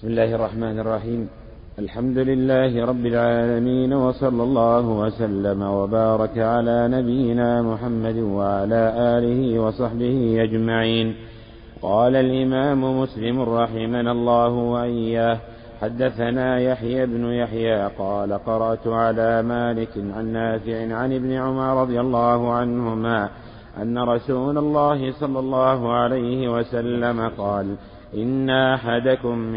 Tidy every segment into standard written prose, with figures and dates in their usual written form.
بسم الله الرحمن الرحيم. الحمد لله رب العالمين، وصلى الله وسلم وبارك على نبينا محمد وعلى آله وصحبه أجمعين. قال الإمام مسلم رحمنا الله وإياه: حدثنا يحيى بن يحيى قال: قرأت على مالك عن نافع عن ابن عمر رضي الله عنهما أن رسول الله صلى الله عليه وسلم قال: إن أحدكم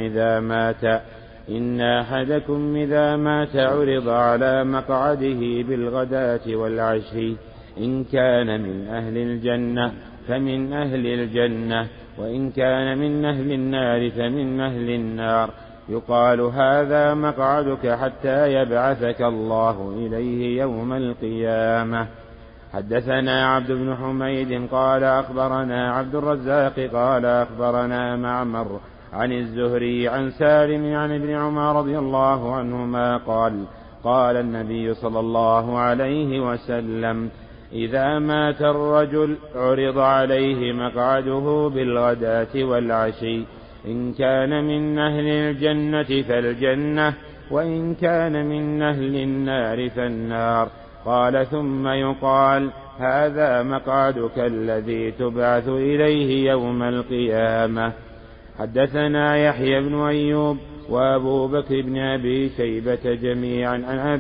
إذا مات عرض على مقعده بالغداة والعشي، إن كان من أهل الجنة فمن أهل الجنة، وإن كان من أهل النار فمن أهل النار، يقال: هذا مقعدك حتى يبعثك الله إليه يوم القيامة. حدثنا عبد بن حميد قال: أخبرنا عبد الرزاق قال: أخبرنا معمر عن الزهري عن سالم عن ابن عمر رضي الله عنهما قال: قال النبي صلى الله عليه وسلم: إذا مات الرجل عرض عليه مقعده بالغداة والعشي، إن كان من أهل الجنة فالجنة، وإن كان من أهل النار فالنار. قال: ثم يقال: هذا مقعدك الذي تبعث إليه يوم القيامة. حدثنا يحيى بن أيوب وأبو بكر بن أبي شيبة جميعا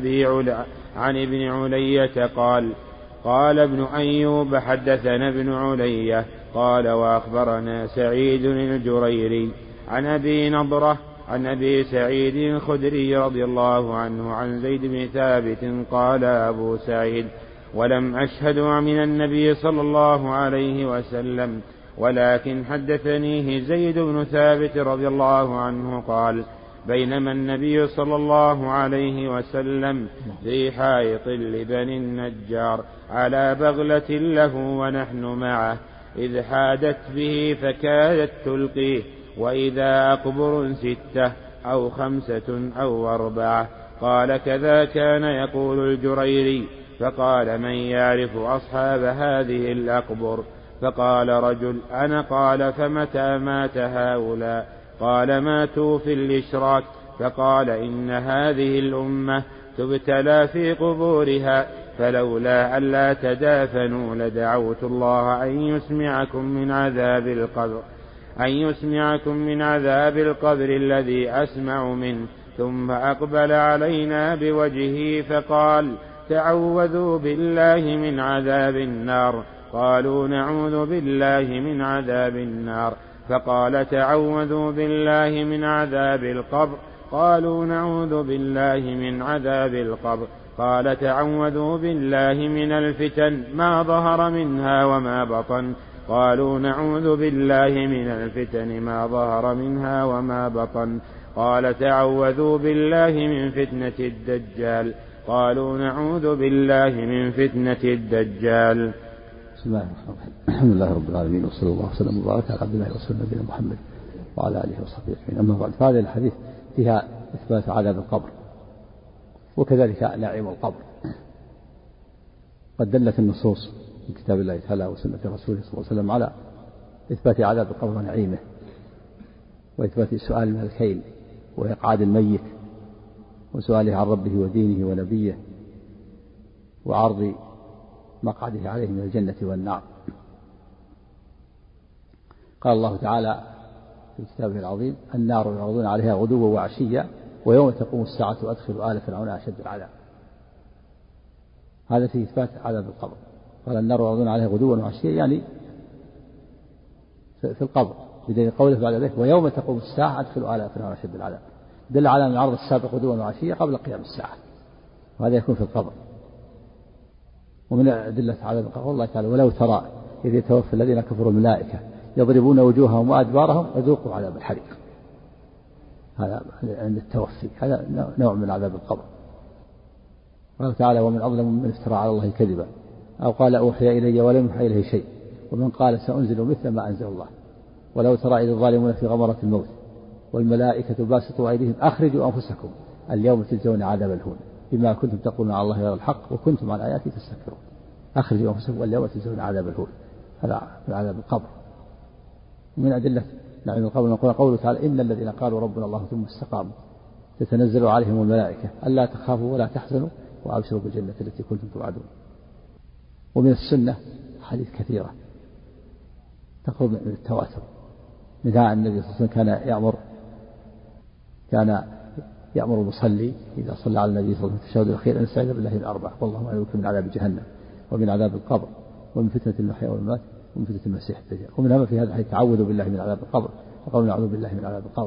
عن ابن علية قال ابن أيوب: حدثنا ابن علية قال: وأخبرنا سعيد الجريري عن أبي نضرة عن أبي سعيد الخدري رضي الله عنه عن زيد بن ثابت قال أبو سعيد: ولم أشهد من النبي صلى الله عليه وسلم، ولكن حدثنيه زيد بن ثابت رضي الله عنه قال: بينما النبي صلى الله عليه وسلم في حائط لبني النجار على بغلة له ونحن معه، إذ حادت به فكادت تلقيه، وإذا أقبر 6 أو 5 أو 4. قال: كذا كان يقول الجريري. فقال: من يعرف أصحاب هذه الأقبر؟ فقال رجل: أنا. قال: فمتى مات هؤلاء؟ قال: ماتوا في الإشراك. فقال: إن هذه الأمة تبتلى في قبورها، فلولا ألا تدافنوا لدعوت الله أن يسمعكم من عذاب القبر الذي أسمع منه. ثم أقبل علينا بوجهه فقال: تعوذوا بالله من عذاب النار. قالوا: نعوذ بالله من عذاب النار. فقال: تعوذوا بالله من عذاب القبر. قالوا: نعوذ بالله من عذاب القبر. قال: تعوذوا بالله من الفتن ما ظهر منها وما بطن. قالوا: نعوذ بالله من الفتن ما ظهر منها وما بطن. قال: تعوذوا بالله من فتنة الدجال. قالوا: نعوذ بالله من فتنة الدجال. بسم الله الرحمن الرحيم. الحمد لله رب العالمين، وصلى الله وسلم وبارك على عبد الله ورسوله نبينا محمد وعلى آله وصحبه أجمعين. أما بعد، فهذه الحديث فيها إثبات عذاب القبر وكذلك نعيم القبر. قد دلت النصوص من كتاب الله تعالى وسنة رسوله صلى الله عليه وسلم على إثبات عذاب القبر ونعيمه، وإثبات السؤال من الكيل وإقعاد الميت، وسؤاله عن ربه ودينه ونبيه، وعرض مقعده عليه من الجنة والنار. قال الله تعالى في كتابه العظيم: النار يعرضون عليها غدوا وعشيا ويوم تقوم الساعة أدخلوا آل فرعون أشد العذاب. هذا في إثبات عذاب القبر. قال: النار يعرضون عليها غدوا وعشيا، يعني في القبر، بدليل قوله بعد ذلك: ويوم تقوم الساعة أدخلوا آل فرعون أشد العذاب. دل على أن العرض السابق غدوا وعشيا قبل قيام الساعة، وهذا يكون في القبر. ومن أدلة عذاب القبر الله تعالى: ولو ترى إذ يتوفى الذين كفروا الملائكة يضربون وجوههم وأدبارهم وذوقوا عذاب الحريق. هذا عند التوفي، هذا نوع من عذاب القبر. قال تعالى: ومن أظلم من افترى على الله كذبا أو قال أوحي إلي ولم يوحى إليه شيء ومن قال سأنزل مثل ما أنزل الله. ولو ترى إذ الظالمون في غمرة الموت والملائكة باسطوا أيديهم أخرجوا أنفسكم اليوم تجزون عذاب الهون بما كنتم تقولون على الله غير الحق وكنتم عن آياته تستكبرون. أخرجوا أنفسكم اليوم تجزون عذاب الهون، هذا عذاب القبر. من أدلة نعيم القبر نقول قوله تعالى إن الذين قالوا ربنا الله ثم استقاموا تتنزل عليهم الملائكة ألا تخافوا ولا تحزنوا وأبشروا بالجنة التي كنتم توعدون. ومن السنة حديث كثيرة تقرب من التواتر، منها النبي صلى الله عليه وسلم كان يأمر المصلي إذا صلى على النبي صلى الله عليه وسلم التشهد الأخير أن يستعيذ بالله من أربع: اللهم أعوذ بك من عذاب جهنم ومن عذاب القبر ومن فتنة المحيا والممات ومن فتنة المسيح الدجال. ومنها ما في هذا الحديث: تعوذوا بالله من عذاب القبر، وقالوا نعوذ بالله من عذاب القبر.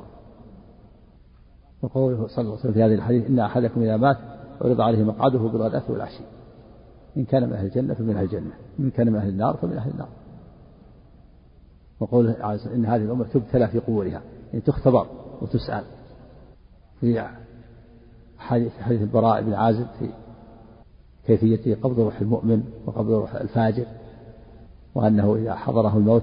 وقوله صلى الله عليه وسلم في هذه الحديث: إن أحدكم إذا مات عرض عليه مقعده بالغداة والعشي، إن كان من أهل الجنة فمن أهل الجنة، إن كان من أهل النار فمن أهل النار. وقوله عز: إن هذه الأمة تبتلى في قبورها، يعني تختبر وتسأل. في حديث البراء بن عازب في كيفية قبض روح المؤمن وقبض روح الفاجر، وأنه إذا حضره الموت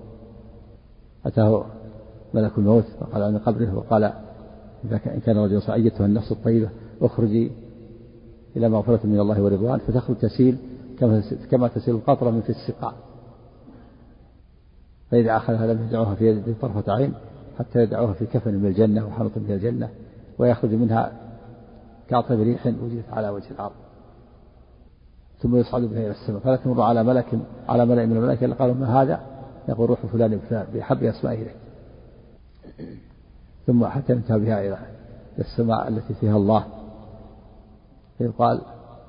أتاه ملك الموت وقال عن قبره وقال: إن كان رجل صالح أيتها النفس الطيبة اخرجي إلى مغفرة من الله ورضوان، فتخرج تسيل كما تسيل القطرة من في السقاء، فإذا أخذها لم يدعوها في يده طرفة عين حتى يدعوها في كفن من الجنة وحنط من الجنة، ويخرج منها كأطيب ريح وجدت على وجه الأرض، ثم يصعد بها إلى السماء فلا تمر على ملأ من الملائكة إلا قالوا: ما هذا؟ يقول: روح فلان فلان بأحب أسماء إليه، ثم حتى ينتهى بها إلى السماء التي فيها الله، فيقال: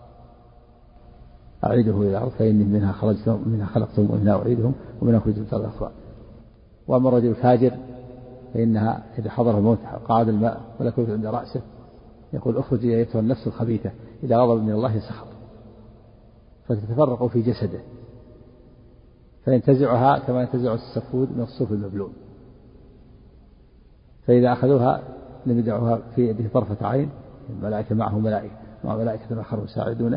أعيده إلى الأرض فإني منها خرجتم ومنها خلقتم ومنها أعيدهم ومنها أخرجتم تارة أخرى. وأما الرجل الفاجر فإنها إذا حضر الموت قعد الماء ملكوت عند رأسه يقول: اخرجي أيتها النفس الخبيثة إذا غضب من الله سخط، فتتفرق في جسده فينتزعها كما ينتزع السفود من الصوف المبلول، فإذا أخذوها لم يدعوها في يده طرفة عين، الملائكة مع ملائكة آخر يساعدونه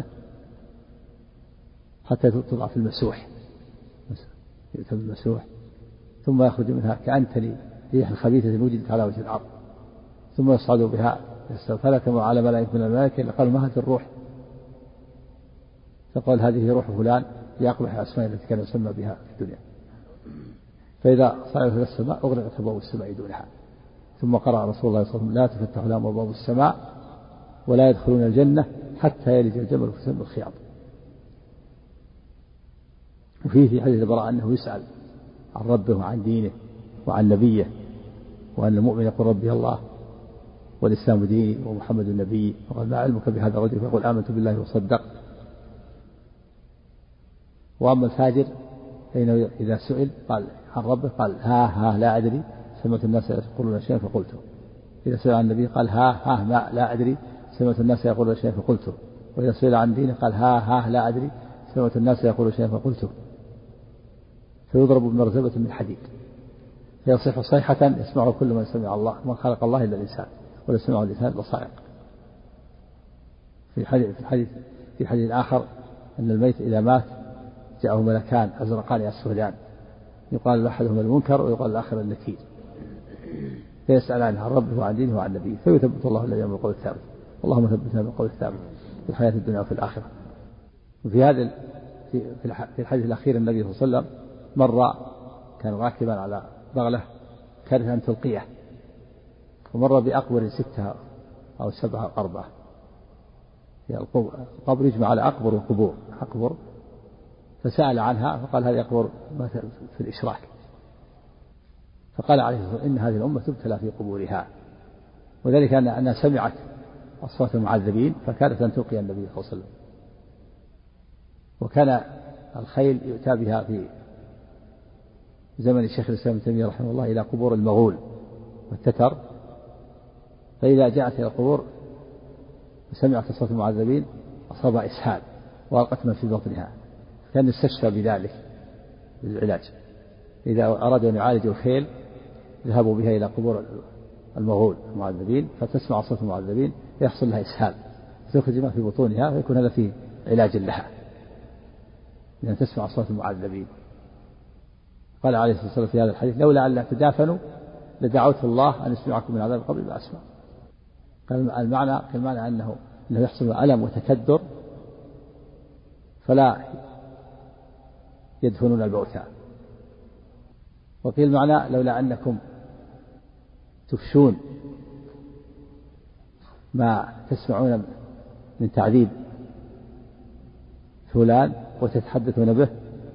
حتى توضع في المسوح، يؤتى بالمسوح ثم يخرج منها كأنتن ريح خبيثة وجدت على وجه الأرض، ثم يصعد بها فلا تمر على ملائكة من الملائكة إلا قالوا: ما هذه الروح؟ فقال: هذه روح فلان يقبح الأسماء التي كان يسمى بها في الدنيا. فإذا صعدت إلى السماء أغلقت أبواب السماء دونها. ثم قرأ رسول الله صلى الله عليه وسلم: لا تفتح لهم أبواب السماء ولا يدخلون الجنة حتى يلج الجمل في سم الخياط. وفيه في حديث البراء أنه يسأل عن ربه وعن دينه وعن نبيه، وأن المؤمن يقول: ربي الله والإسلام ديني ومحمد النبي. وقال: ما علمك بهذا الرجل؟ فيقول: آمنت بالله وصدقت. وأما الفاجر فإنه إذا سئل قال عن ربه قال: ها لا أدري، سمعت الناس يقولون شيئا فقلته. إذا سئل عن النبي قال: ها ما لا أدري، سمعت الناس يقولون شيئا فقلته. وإذا سئل عن دينه قال: ها لا أدري، سمعت الناس يقولون شيئا فقلته. فيضرب بمرزبة من حديد فيصيح صيحة يسمعه كل من سمع الله، ما خلق الله إلا الإنسان ولا سمعه الإنسان إلا صاعق. في حديث آخر أن الميت إذا مات جاءه ملكان أزرقان أسودان، يقال أحدهما المنكر ويقال الآخر النكير، فيسألان عن ربه وعن دينه وعن نبيه، فيثبت الله الذين بالقول الثابت. اللهم ثبتنا بالقول الثابت في الحياة الدنيا وفي الآخرة. وفي هذا في الحديث الأخير النبي صلى الله عليه وسلم مر كان راكبا على بغلة كره أن تلقيه، ومر بأقبر 6 أو 7 أو 4. القبر يجمع على أقبر وقبور، أقبر، فسأل عنها فقال: هذه أقبر في الإشراك. فقال عليه الصلاة والسلام: إن هذه الأمة تبتلى في قبورها، وذلك أنها سمعت أصوات المعذبين فكانت أن تلقي النبي صلى الله عليه وسلم. وكان الخيل يؤتى بها في زمن الشيخ الإسلام ابن تيمية رحمه الله إلى قبور المغول والتتر، فإذا جاءت إلى القبور وسمعت أصوات المعذبين أصابها إسهال وألقت ما في بطنها، كان يستشفى بذلك بالعلاج. إذا أرادوا أن يعالجوا الخيل ذهبوا بها إلى قبور المغول المعذبين، فتسمع صوت المعذبين يحصل لها إسهال، تخرج ما في بطونها، ويكون هذا فيه علاج لها لأن تسمع صوت المعذبين. قال عليه الصلاة والسلام في هذا الحديث: لولا أن لا تدافنوا لدعوت الله أن يسمعكم من عذاب القبر ما أسمع. قال المعنى أنه يحصل ألم وتكدر فلا يدفنون الموتى. وقيل المعنى: لولا أنكم تفشون ما تسمعون من تعذيب فلان وتتحدثون به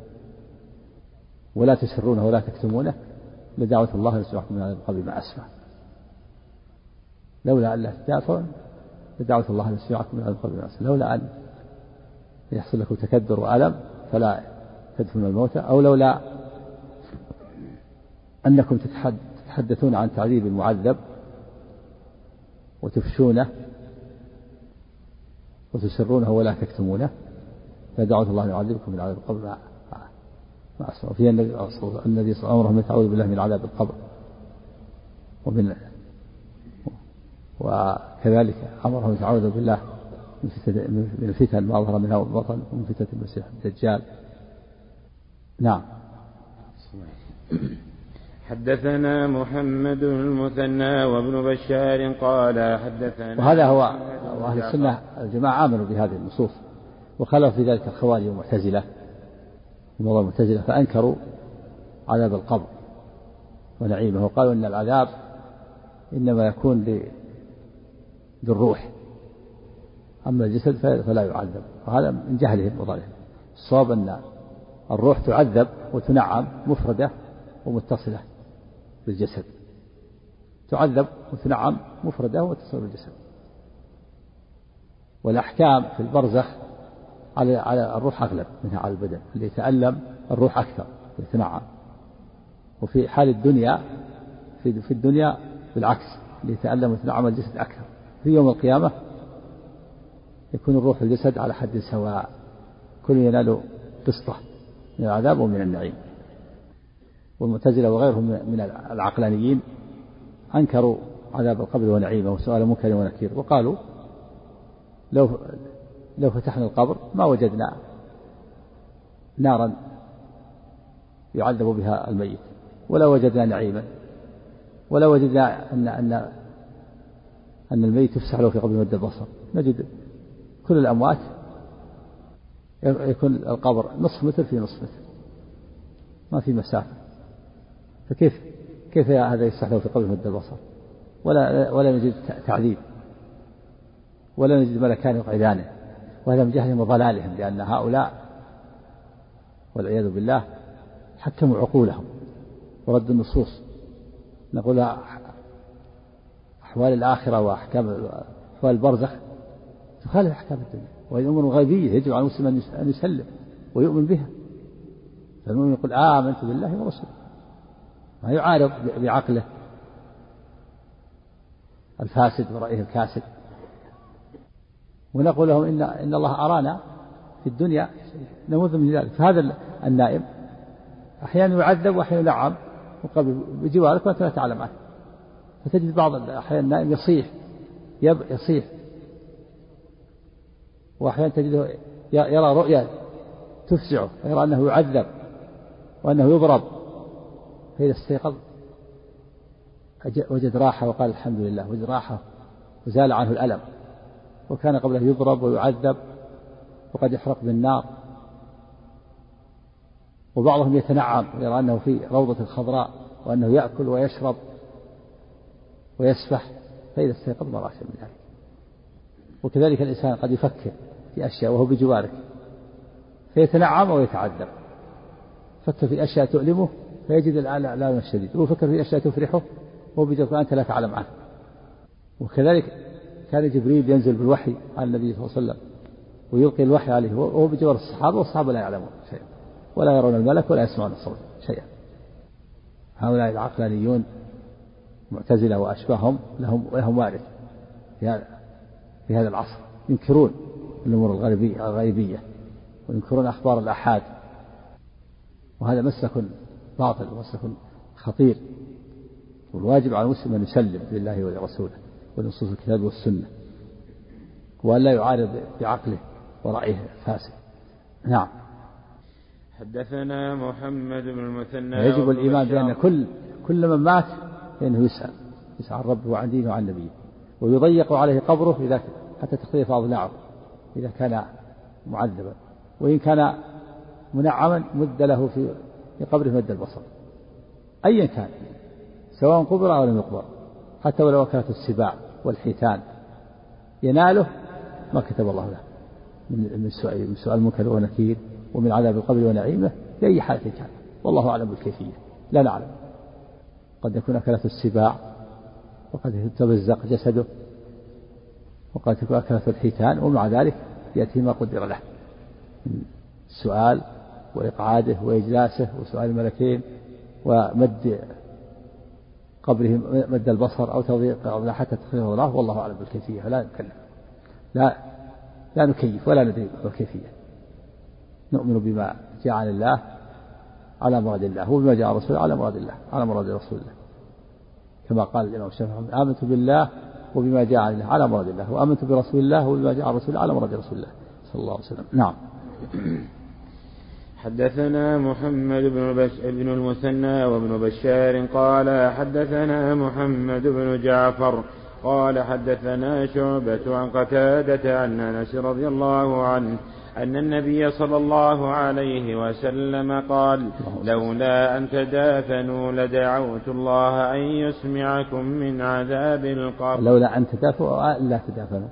ولا تسرونه ولا تكتمونه لدعوة الله يسمعكم من القبر ما أسمع، لولا أن لا تدافعون لدعوة الله يسمعكم من القبر ما أسمع، لولا أن يحصل لكم تكدر وألم فلا تدفنون الموتى، أو لولا أنكم تتحدثون عن تعذيب المعذب وتفشونه وتسرونه ولا تكتمونه فدعوة الله يعذبكم من عذاب القبر ما أسمع. فيها النبي صلى الله عليه وسلم أمره من تعوذ بالله من عذاب القبر، وكذلك أمره من تعوذ بالله من الفتن ما ظهر منها وبطن ومن فتنة المسيح الدجال. نعم. حدثنا محمد المثنى وابن بشار قال حدثنا. وهذا هو أهل السنة الجماعة آمنوا بهذه النصوص، وخلوا في ذلك الخوارج والمعتزلة ومضى المعتزلة فأنكروا عذاب القبر ونعيمه، وقالوا إن العذاب إنما يكون للروح، أما الجسد فلا يعذب، وهذا من جهلهم وضلالهم. الصواب أن الروح تعذب وتنعم مفردة ومتصلة بالجسد، تعذب وتنعم مفردة ومتصلة بالجسد، والأحكام في البرزخ على الروح أغلب منها على البدن، اللي يتألم الروح أكثر يتنعم. وفي حال الدنيا في الدنيا بالعكس، اللي يتألم ويتنعم الجسد أكثر. في يوم القيامة يكون الروح والجسد على حد سواء، كل ينال قسطة من العذاب ومن النعيم. والمعتزلة وغيرهم من العقلانيين أنكروا عذاب القبر ونعيمه وسؤال منكر ونكير، وقالوا لو فتحنا القبر ما وجدنا نارا يعذب بها الميت، ولا وجدنا نعيما، ولا وجدنا أن الميت يفسح له في قبر مد البصر. نجد كل الأموات يكون القبر نصف متر في نصف متر، ما في مسافة، فكيف هذا يفسح له في قبر مد البصر؟ ولا نجد تعذيب، ولا نجد ملكان يقعدانه. وهذا من جهلهم وضلالهم، لأن هؤلاء والعياذ بالله حكموا عقولهم ورد النصوص. نقول أحوال الآخرة وأحكام أحوال البرزخ تخالف أحكام الدنيا، وهي أمور غيبية يجب على المسلم أن يسلم ويؤمن بها. فالمؤمن يقول آمنت بالله ورسوله، ما يعارض بعقله الفاسد ورأيه الكاسد. ونقول لهم إن الله أرانا في الدنيا نموذج من ذلك. فهذا النائم أحيانا يعذب وأحيانا ينعم بجوارك وأنت لا تعلم عنه، فتجد بعض الأحيان النائم يصيح، وأحيانا تجده يرى رؤيا تفزعه، ويرى أنه يعذب وأنه يضرب، فإذا استيقظ وجد راحة وقال الحمد لله، وجد راحة وزال عنه الألم، وكان قبله يضرب ويعذب وقد يحرق بالنار. وبعضهم يتنعم ويرى أنه في روضة خضراء وأنه يأكل ويشرب ويسبح، فإذا استيقظ ما رأى شيء من ذلك. وكذلك الإنسان قد يفكر في أشياء وهو بجوارك فيتنعم ويتعذب، فكر في أشياء تؤلمه فيجد الألم الشديد، وفكر في أشياء تفرحه وهو بجوارك وأنت لا تعلم عنه. وكذلك كان جبريل ينزل بالوحي على النبي صلى الله عليه وسلم ويلقي الوحي عليه وهو بجوار الصحابة، والصحابة لا يعلمون شيئا ولا يرون الملك ولا يسمعون الصوت شيئا. هؤلاء العقلانيون معتزلة وأشباههم لهم وارث في هذا العصر، ينكرون الأمور الغيبية وينكرون أخبار الآحاد، وهذا مسلك باطل ومسلك خطير. والواجب على المسلم أن يسلم لله ولرسوله ولنصوص الكتاب والسنة، وأن لا يعارض بعقله ورأيه الفاسد. نعم. حدثنا محمد بن المثنى. يجب الإيمان بأن كل من مات فإنه يسأل عن ربه وعن دينه وعن نبيه، ويضيق عليه قبره حتى تختلف أضلاعه إذا كان معذبا، وإن كان منعما مد له في قبره مد البصر، أيا كان، سواء قبر أو لم يقبر، حتى ولو أكلته السباع والحيتان يناله ما كتب الله له من سؤال المنكر ونكير ومن عذاب القبر ونعيمه بأي حالة كان، والله أعلم بالكيفية، لا نعلم. قد يكون أكلته السباع وقد يتمزق جسده وقد تكون أكلته الحيتان، ومع ذلك يأتي ما قدر له من السؤال وإقعاده وإجلاسه وسؤال الملكين ومد قبره مد البصر أو تضييق قبره حتى تخرجه الله، والله أعلم بالكيفية، فلا نتكلم، لا نكيف ولا ندري بالكيفية. نؤمن بما جاء عن الله على مراد الله، وبما جاء رسول على مراد الله على مراد رسول الله، كما قال الإمام الشافعي: آمنت بالله وبما جاء عن الله على مراد الله، وآمنت برسول الله وبما جاء عن رسول الله على مراد رسول الله صلى الله عليه وسلم. نعم. حدثنا محمد بن المثنى وابن بشار قال حدثنا محمد بن جعفر قال حدثنا شعبة عن قتادة عن أنس رضي الله عنه أن النبي صلى الله عليه وسلم قال: لولا أن تدافنوا لدعوت الله أن يسمعكم من عذاب القبر. لولا أن تدافنوا لا تدافنوا،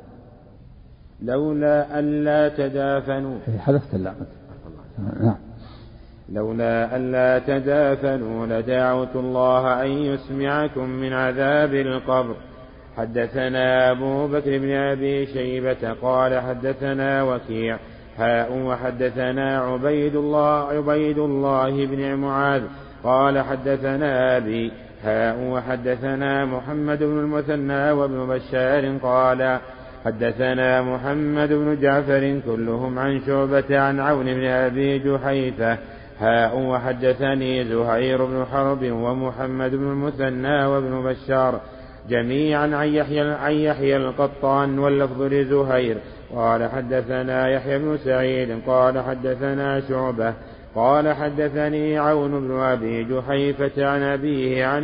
لولا أن لا تدافنوا حذفت اللام. نعم. لولا أن لا تدافنوا لدعوت الله أن يسمعكم من عذاب القبر. حدثنا أبو بكر بن أبي شيبة قال حدثنا وكيع وحدثنا عبيد الله بن معاذ قال حدثنا أبي وحدثنا محمد بن المثنى وابن بشار قال حدثنا محمد بن جعفر كلهم عن شعبة عن عون بن أبي جحيفة وحدثني زهير بن حرب ومحمد بن المثنى وابن بشار جميعا عن يحيى القطان واللفظ لزهير قال حدثنا يحيى بن سعيد قال حدثنا شعبة قال حدثني عون بن أبي جحيفة عن أبيه عن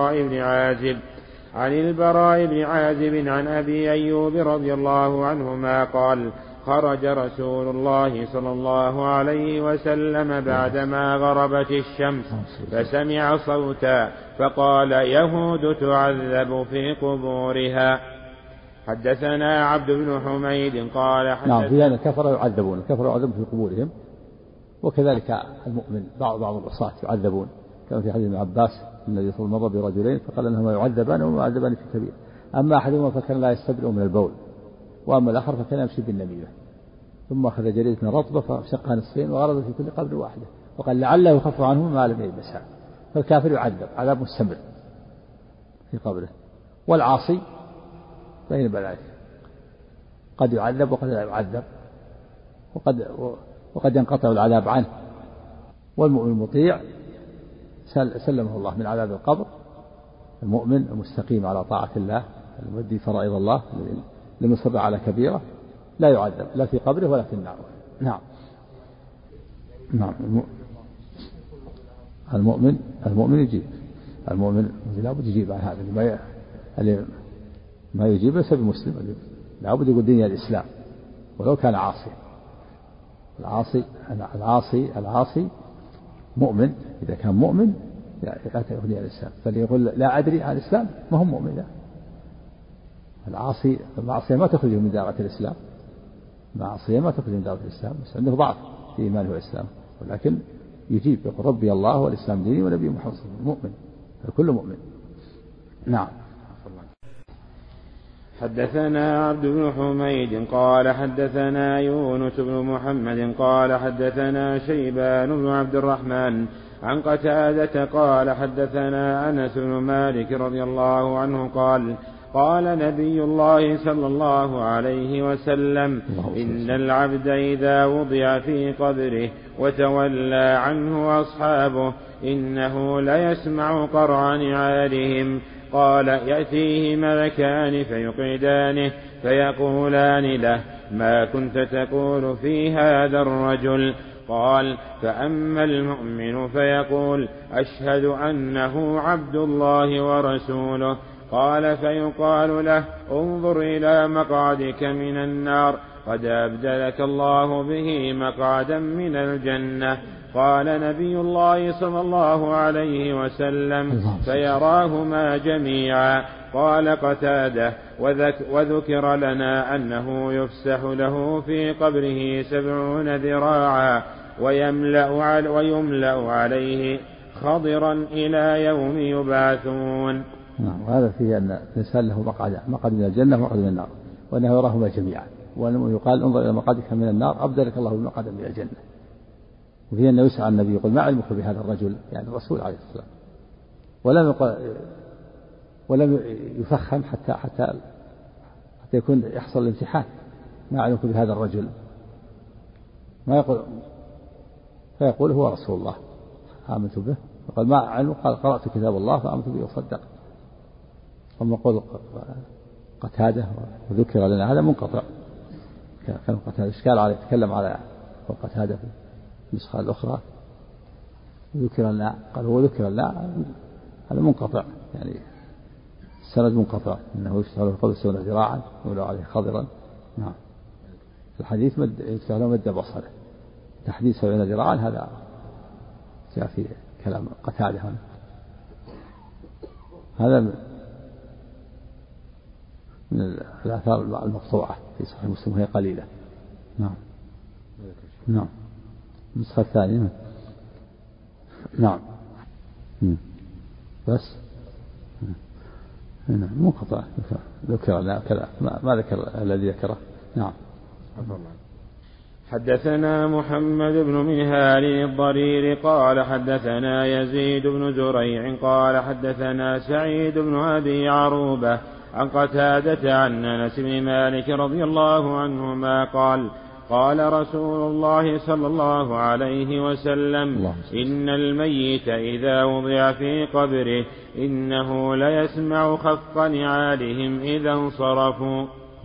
البراء بن عازب عن أبي أيوب رضي الله عنهما قال: خرج رسول الله صلى الله عليه وسلم بعدما غربت الشمس فسمع صوتا فقال: يهود تعذب في قبورها. حدثنا عبد بن حميد قال نعم، في الكفر يعذبون في قبورهم، وكذلك المؤمن بعض العصاة يعذبون، كما في حديث ابن عباس النبي صلى الله عليه وسلم مر برجلين فقال انهما يعذبان وما يعذبان في كبير، اما احدهما فكان لا يستبرئ من البول، واما الاخر فكان يمشي بالنميمه، ثم اخذ جريده رطبه فشقها نصفين وغرز في كل قبر واحده وقال لعله يخف عنه ما لم يلبسها. فالكافر يعذب عذاب مستمر في قبره، والعاصي بين بلاء، قد يعذب وقد لا يعذب، وقد ينقطع العذاب عنه. والمؤمن المطيع سلمه الله من عذاب القبر، المؤمن المستقيم على طاعة الله المؤدي فرائض الله لم يصر على كبيرة لا يعذب لا في قبره ولا في النار. نعم. المؤمن يجيب، المؤمن لابد يجيب عن هذا، ما يجيب ليس بمسلم، لابد يقول دين الإسلام ولو كان عاصيا. العاصي مؤمن، إذا كان مؤمن لا تأخذ عن الإسلام، فاللي يقول لا أدري عن الإسلام ما هم مؤمن. المعصية ما تخرجه من دائرة الإسلام، بس عنده ضعف في إيمانه والإسلام، ولكن يجيب يقول ربي الله والإسلام ديني ونبي محمد صلى الله عليه وسلم، مؤمن، الكل مؤمن. نعم. حدثنا عبد بن حميد قال حدثنا يونس بن محمد قال حدثنا شيبان بن عبد الرحمن عن قتادة قال حدثنا أنس بن مالك رضي الله عنه قال: قال نبي الله صلى الله عليه وسلم: إن العبد إذا وضع في قبره وتولى عنه أصحابه إنه ليسمع قرع نعالهم. قال: يأتيه ملكان فيقعدانه فيقولان له: ما كنت تقول في هذا الرجل؟ قال: فأما المؤمن فيقول: أشهد أنه عبد الله ورسوله. قال: فيقال له: انظر إلى مقعدك من النار قد أبدلك الله به مقعدا من الجنة. قال نبي الله صلى الله عليه وسلم: فيراهما جميعا قال قتادة: وذكر لنا أنه يفسح له في قبره 70 ذراعا ويملأ عليه خضرا إلى يوم يبعثون. وهذا فيه أن الإنسان له مقعد من الجنة ومقعد من النار، وأنه يراهما جميعا، وأنه يقال: انظر إلى مقعدك من النار أبدلك الله بمقعد من الجنة. وفيه أنه يسعى النبي يقول: ما علمك بهذا الرجل، يعني الرسول عليه الصلاة والسلام، ولم يفخم حتى يكون يحصل الامتحان. ما علمك بهذا الرجل، ما يقول، فيقول: هو رسول الله آمنت به. وقال: ما علمك؟ قال: قرأت كتاب الله فآمنت به وصدق. ثم قول قتادة: وذكر لنا، هذا منقطع. كان قتادة إشكال عليه، يتكلم على قتادة في النسخة الأخرى ذكر لنا، قال: هو ذكر لنا، هذا منقطع، يعني السند منقطع، إنه يشتغل قبل 70 ذراعا ولو عليه خضرا. نعم. الحديث يشتغل مد بصره، تحديد 70 ذراعا هذا جاء في كلام قتادة هنا. هذا من الآثار المقطوعة في صحيح مسلم، وهي قليلة. نعم. نعم. النسخة الثانية. نعم. بس منقطع، ذكر لا كذا، ما ذكر الذي ذكره. نعم. حدثنا محمد بن منهال الضرير قال حدثنا يزيد بن زريع قال حدثنا سعيد بن أبي عروبة عن قتادة عن أنس بن مالك رضي الله عنهما قال: قال رسول الله صلى الله عليه وسلم: إن الميت إذا وضع في قبره إنه ليسمع خف نعالهم إذا انصرفوا.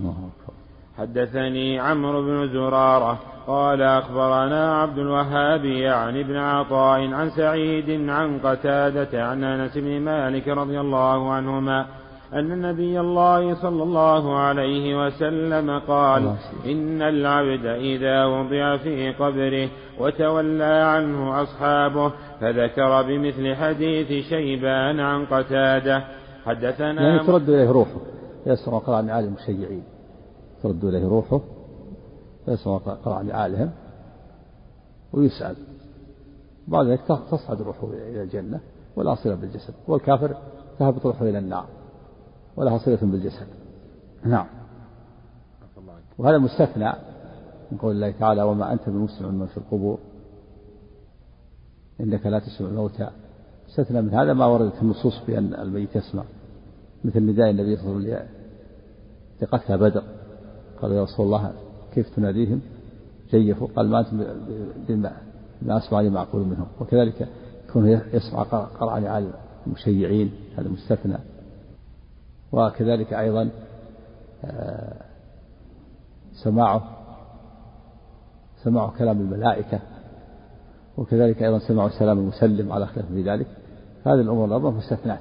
حدثني عمرو بن زرارة قال أخبرنا عبد الوهاب يعني ابن عطاء عن سعيد عن قتادة عن أنس بن مالك رضي الله عنهما أن النبي الله صلى الله عليه وسلم قال: إن العبد إذا وضع في قبره وتولى عنه أصحابه، فذكر بمثل حديث شيبان عن قتادة. حدثنا يعني ترد إليه روحه، يسمع قرع نعال المشيعين، ترد إليه روحه يسمع قرع نعالهم ويسأل، بعد ذلك تصعد روحه إلى الجنة ولا صلة بالجسد، والكافر تهبط روحه إلى النار ولها صلة بالجسد. نعم. وهذا مستثنى من قول الله تعالى: وما أنت بمسمع من في القبور إنك لا تسمع الموتى. استثنى من هذا ما وردت النصوص بأن الميت يسمع، مثل نداء النبي صلى الله عليه وسلم لقتل بدر، قال: يا رسول الله كيف تناديهم؟ جيفوا. قال: ما أنتم ما أسمع لي معقول منهم. وكذلك يكون يسمع قرع نعال المشيعين، هذا مستثنى. وكذلك أيضا سماع كلام الملائكة، وكذلك أيضا سماع سلام المسلم على خلاف في ذلك. هذه الأمور الأربعة مستثنات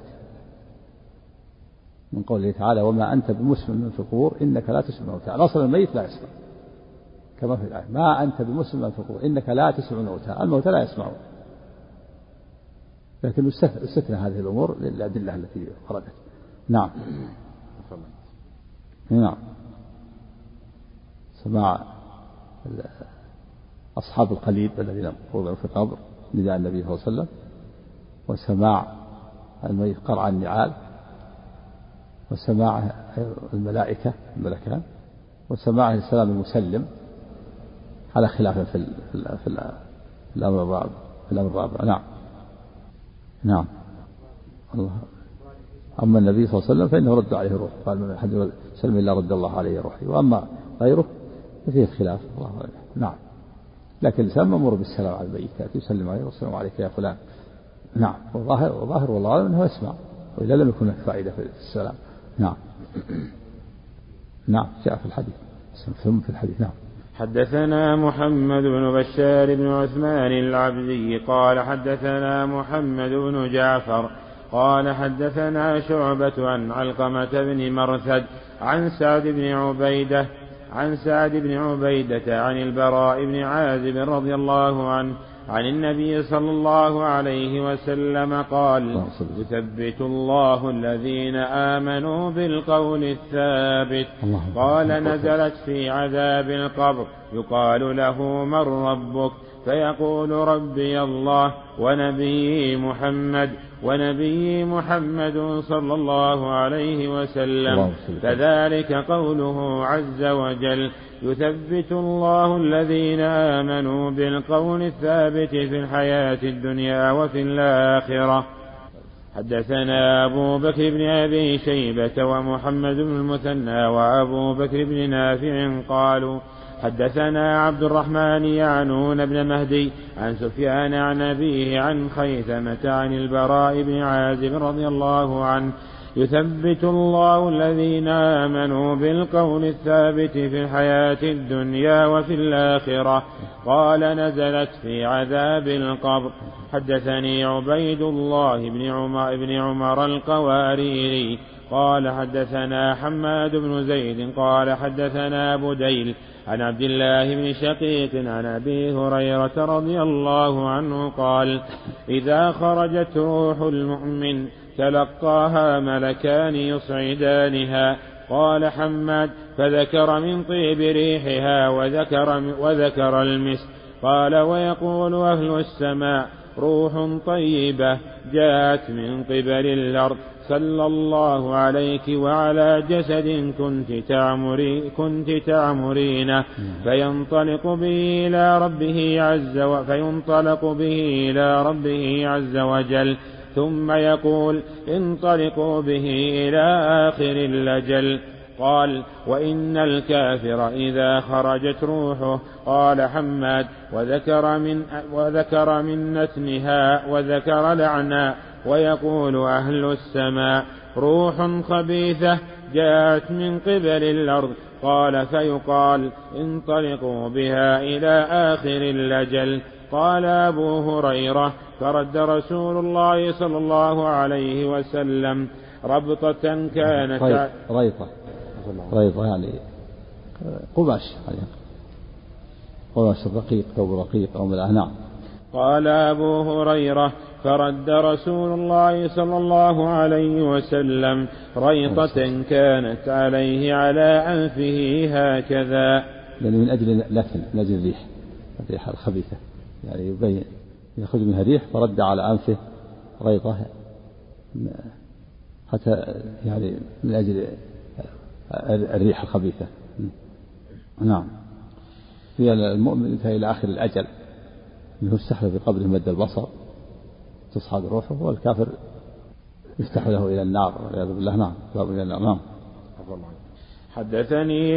من قوله تعالى: وما أنت بمسمع من في القبور إنك لا تسمع الموتى. نصر الميت لا يسمع، كما في الآية: ما أنت بمسمع من في القبور إنك لا تسمع الموتى لا يسمعون. لكن استثنى هذه الأمور للأدلة التي وردت. نعم. نعم. سماع أصحاب القليب الذين وضعوا في القبر نداء النبي صلى الله عليه وسلم، وسماع الميت قرع النعال، وسماع الملكان، وسماع السلام المسلم على خلاف في الأمر الرابع. نعم. نعم. الله. أما النبي صلى الله عليه وسلم فإنه رد عليه روح، قال: من أحد سلم إلا رد الله عليه روحي. وأما غيره ففيه خلاف، الله أعلم. نعم. لكن الإنسان مأمور بالسلام على الميت، يسلم عليه: والسلام عليك يا فلان. نعم. وظاهر والله أعلم أنه يسمع، وإلا لم يكن فائدة في السلام. نعم. نعم. جاء في الحديث، ثم في الحديث. نعم. حدثنا محمد بن بشار بن عثمان العبدي قال حدثنا محمد بن جعفر قال حدثنا شعبة عن علقمة بن مرثد عن سعد بن عبيدة عن البراء بن عازب رضي الله عنه عن النبي صلى الله عليه وسلم قال: يثبت الله الذين آمنوا بالقول الثابت. قال: نزلت في عذاب القبر يقال له: من ربك؟ فيقول: ربي الله ونبي محمد صلى الله عليه وسلم. كذلك قوله عز وجل: يثبت الله الذين آمنوا بالقول الثابت في الحياة الدنيا وفي الآخرة. حدثنا أبو بكر بن أبي شيبة ومحمد بن المثنى وأبو بكر بن نافع قالوا: حدثنا عبد الرحمن يعنون بن مهدي عن سفيان عن أبيه عن خيثمة عن البراء بن عازب رضي الله عنه: يثبت الله الذين آمنوا بالقول الثابت في الحياة الدنيا وفي الآخرة. قال: نزلت في عذاب القبر. حدثني عبيد الله بن عمر القواريري قال: حدثنا حماد بن زيد قال: حدثنا بديل عن عبد الله بن شقيق عن أبي هريرة رضي الله عنه قال: إذا خرجت روح المؤمن تلقاها ملكان يصعدانها. قال حماد: فذكر من طيب ريحها وذكر المسك. قال: ويقول أهل السماء: روح طيبة جاءت من قبل الأرض، صلى الله عليك وعلى جسد كنت تعمرين. فينطلق به إلى ربه عز وجل ثم يقول: انطلقوا به إلى آخر الأجل. قال: وإن الكافر إذا خرجت روحه. قال حماد: وذكر من نتنها وذكر لعنا. ويقول أهل السماء: روح خبيثة جاءت من قبل الأرض. قال: فيقال: انطلقوا بها إلى آخر الأجل. قال أبو هريرة: فرد رسول الله صلى الله عليه وسلم ربطة كانت ريطة يعني قماش رقيق أو رقيق أو ملأ. قال أبو هريرة: فرد رسول الله صلى الله عليه وسلم ريطة كانت عليه على أنفه هكذا، يعني من أجل الريح الخبيثة، يعني يبين يخرج منها ريح، فرد على أنفه ريطة حتى يعني من أجل الريح الخبيثة. نعم. في المؤمن إلى آخر الأجل منه يستحل في قبره مد البصر تصعد روحه، والكافر يفتح له إلى النار والعياذ بالله. نعم. نعم. حدثني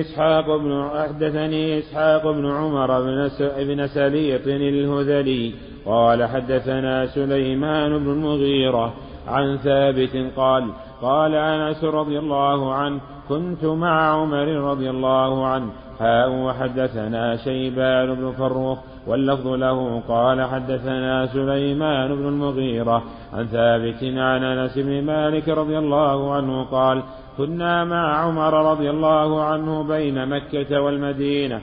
إسحاق بن عمر بن سليط الهذلي قال: حدثنا سليمان بن المغيرة عن ثابت قال أنس رضي الله عنه: كنت مع عمر رضي الله عنه وحدثنا شيبان بن فروخ واللفظ له قال: حدثنا سليمان بن المغيرة عن ثابت عن أنس بن مالك رضي الله عنه قال: كنا مع عمر رضي الله عنه بين مكة والمدينة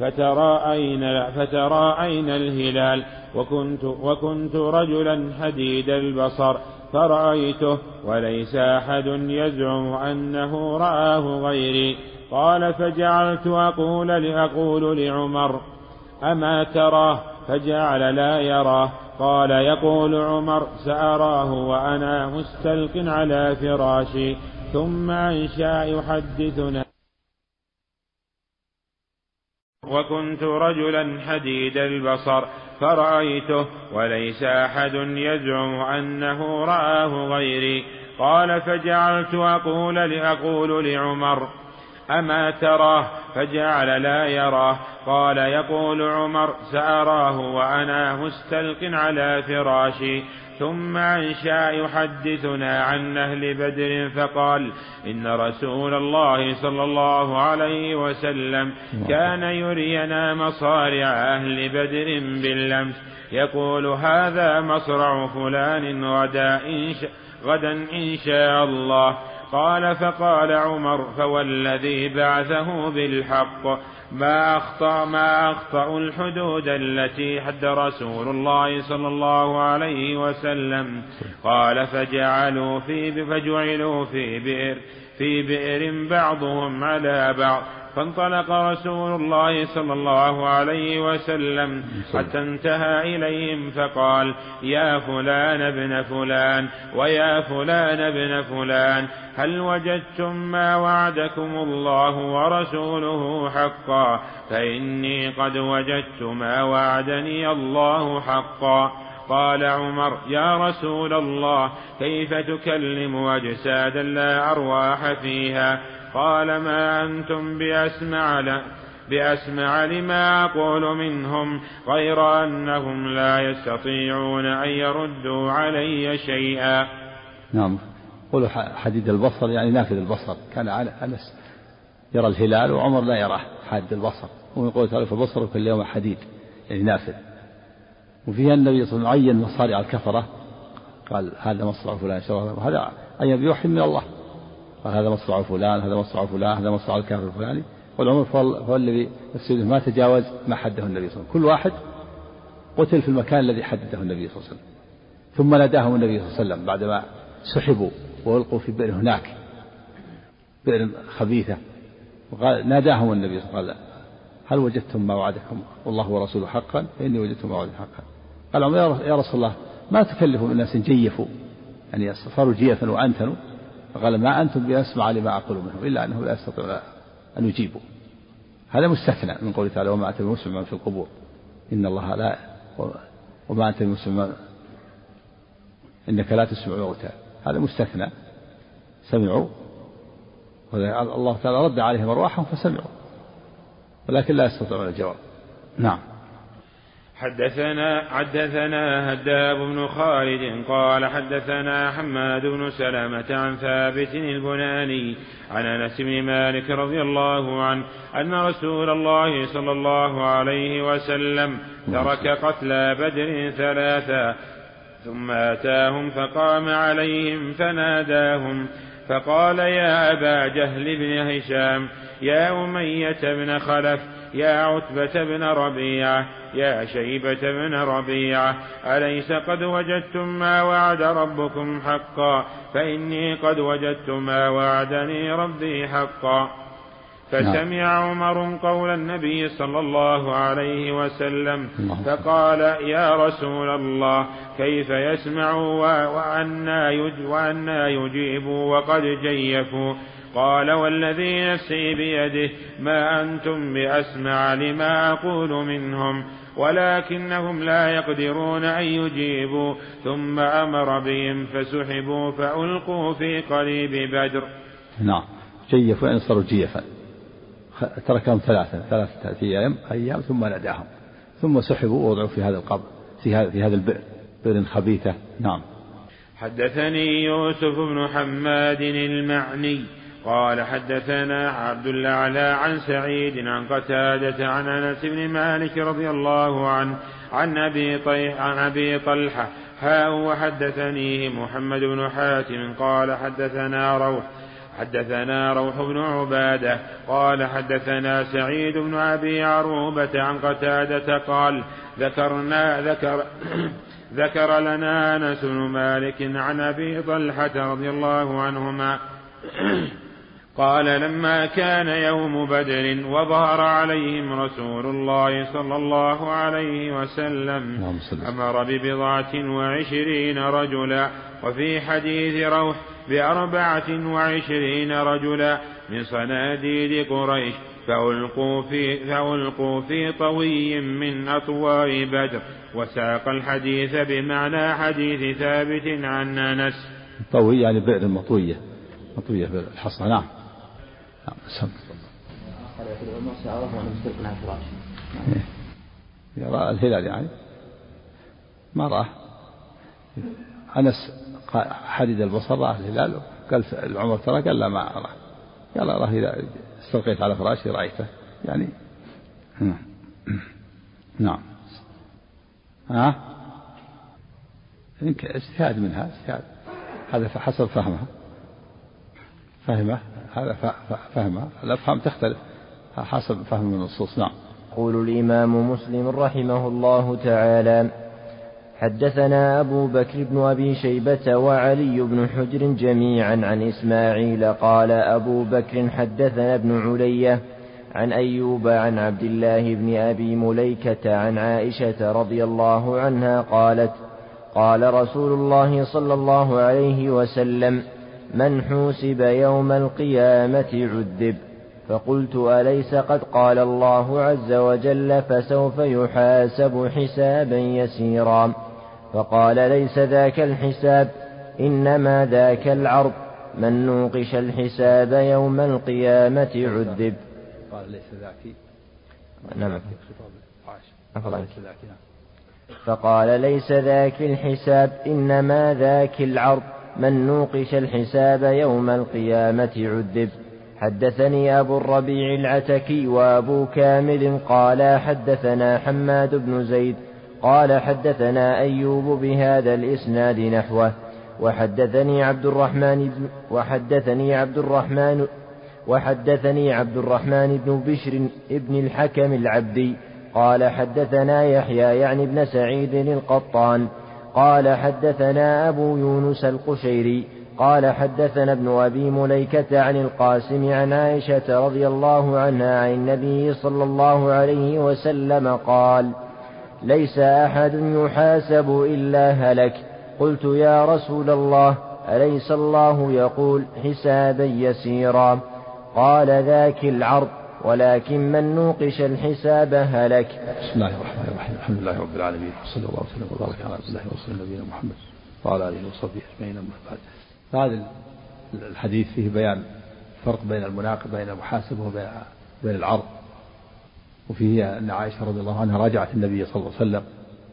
فتراءينا الهلال، وكنت رجلا حديد البصر فرأيته وليس أحد يزعم أنه رآه غيري. قال: فجعلت أقول لعمر: أما تراه؟ فجعل لا يراه. قال: يقول عمر: سأراه وأنا مستلق على فراشي. ثم أنشأ يحدثنا: وكنت رجلا حديد البصر فرأيته وليس أحد يزعم أنه رآه غيري. قال: فجعلت أقول لعمر: أما تراه؟ فجعل لا يراه. قال: يقول عمر: سأراه وأنا مستلق على فراشي. ثم أنشأ يحدثنا عن أهل بدر فقال: إن رسول الله صلى الله عليه وسلم كان يرينا مصارع أهل بدر باللمس، يقول: هذا مصرع فلان غدا إن شاء الله. قال فقال عمر فوالذي بعثه بالحق ما أخطأ الحدود التي حد رسول الله صلى الله عليه وسلم. قال فجعلوا في بئر بعضهم على بعض، فانطلق رسول الله صلى الله عليه وسلم حتى انتهى إليهم فقال يا فلان ابن فلان ويا فلان ابن فلان هل وجدتم ما وعدكم الله ورسوله حقا؟ فإني قد وجدت ما وعدني الله حقا. قال عمر يا رسول الله كيف تكلم أجسادا لا أرواح فيها؟ قال ما أنتم بأسمع لما أقول منهم غير أنهم لا يستطيعون أن يردوا علي شيئا. نعم. قولوا حديد البصر يعني نافذ البصر، كان أنس يرى الهلال وعمر لا يراه حادد البصر، ويقول تعالى البصر كل يوم حديد يعني نافذ. وفيها النبي صلى الله عليه وسلم عين مصارع الكفرة، قال هذا مصرع فلان وهذا أي بيوحي من الله، قال هذا مصرع فلان هذا مصرع فلان هذا مصرع الكافر الفلاني. والعمر هو الذي يفسده ما تجاوز ما حده النبي صلى الله عليه وسلم، كل واحد قتل في المكان الذي حدده النبي صلى الله عليه وسلم. ثم ناداهم النبي صلى الله عليه وسلم بعدما سحبوا وألقوا في بئر هناك، بئر خبيثة، وقال ناداهم النبي صلى الله عليه وسلم هل وجدتم ما وعدكم والله ورسوله حقا؟ فإني وجدت ما وعدكم حقا. قال عمر يا رسول الله ما تكلفوا الناس جيفوا يعني صاروا جيفا وأنتنوا، فقال ما أنتم بأسمع لما أقول منهم إلا أنه لا يستطيعون أن يجيبوا. هذا مستثنى من قوله تعالى وما أنت بمسمع في القبور إن الله لا وما أنت بمسمع إنك لا تسمع الموتى، هذا مستثنى سمعوا، الله تعالى رد عليهم أرواحهم فسمعوا ولكن لا يستطيعون الجواب. نعم. حدثنا هداب بن خالد قال حدثنا حماد بن سلمة عن ثابت البناني عن أنس بن مالك رضي الله عنه أن رسول الله صلى الله عليه وسلم ترك قتلى بدر 3 ثم أتاهم فقام عليهم فناداهم فقال يا أبا جهل بن هشام يا أمية بن خلف يا عتبة بن ربيعة يا شيبة بن ربيعة أليس قد وجدتم ما وعد ربكم حقا؟ فإني قد وجدت ما وعدني ربي حقا. فسمع عمر قول النبي صلى الله عليه وسلم فقال يا رسول الله كيف يسمع وأنا يجيبوا وقد جيفوا؟ قال والذي نفسي بيده ما أنتم بأسمع لما أقول منهم ولكنهم لا يقدرون أن يجيبوا. ثم أمر بهم فسحبوا فألقوا في قليب بدر. نعم. جيفوا يعني صاروا جيفا، تركهم 3 أيام ثم ناداهم ثم سحبوا ووضعوا في هذا القبر في هذا البئر، بئر خبيثة. نعم. حدثني يوسف بن حماد المعني قال حدثنا عبد الأعلى عن سعيد عن قتادة عن أنس بن مالك رضي الله عنه عن أبي طلحة وحدثنيه محمد بن حاتم قال حدثنا روح بن عبادة قال حدثنا سعيد بن أبي عروبة عن قتادة قال ذكر لنا أنس بن مالك عن أبي طلحة رضي الله عنهما قال لما كان يوم بدر وظهر عليهم رسول الله صلى الله عليه وسلم أمر ب24 رجلا، وفي حديث روح ب24 رجلا من صناديد قريش فألقوا في طوي من أطواء بدر. وساق الحديث بمعنى حديث ثابت عن أنس. طوي يعني بئر مطوية بالحصى. نعم. يرى الهلال يعني ما رأى أنس حدد البصر رأى الهلال، قال العمر ترى قال لا ما أرى، قال أراه إذا استلقيت على فراشي رأيته يعني. نعم. اجتهاد منها اجتهاد، هذا حسب فهمها. فهمه هذا فهمه. الأفهام تختلف حسب فهم النصوص. نعم. يقول الإمام مسلم رحمه الله تعالى: حدثنا أبو بكر بن أبي شيبة وعلي بن حجر جميعا عن إسماعيل قال أبو بكر حدثنا ابن علية عن أيوب عن عبد الله بن أبي مليكة عن عائشة رضي الله عنها قالت: قال رسول الله صلى الله عليه وسلم: من حوسب يوم القيامة عذب. فقلت: أليس قد قال الله عز وجل: فسوف يحاسب حسابا يسيرا؟ فقال: ليس ذاك الحساب، إنما ذاك العرض، من نوقش الحساب يوم القيامة عذب. قال: ليس ذاك. نعم. فقال: ليس ذاك الحساب، إنما ذاك العرض، من نوقش الحساب يوم القيامة عذب. حدثني أبو الربيع العتكي وأبو كامل قال حدثنا حماد بن زيد قال حدثنا أيوب بهذا الإسناد نحوه. وحدثني عبد الرحمن بن بشر ابن الحكم العبدي قال حدثنا يحيى يعني بن سعيد القطان قال حدثنا أبو يونس القشيري قال حدثنا ابن أبي مليكة عن القاسم عن عائشة رضي الله عنها عن النبي صلى الله عليه وسلم قال: ليس أحد يحاسب إلا هلك. قلت: يا رسول الله، أليس الله يقول: حسابا يسيرا؟ قال: ذاك العرض، ولكن من نوقش الحساب هلك. بسم الله الرحمن الرحيم. الحمد لله رب العالمين، وصلى الله وسلم وبارك على عبد الله ورسوله نبينا محمد وعلى آله وصحبه أجمعين. أما بعد، هذا الحديث فيه بيان فرق بين المناقب، بين المحاسبة وبين العرض. وفيه أن عائشة رضي الله عنها راجعت النبي صلى الله عليه وسلم،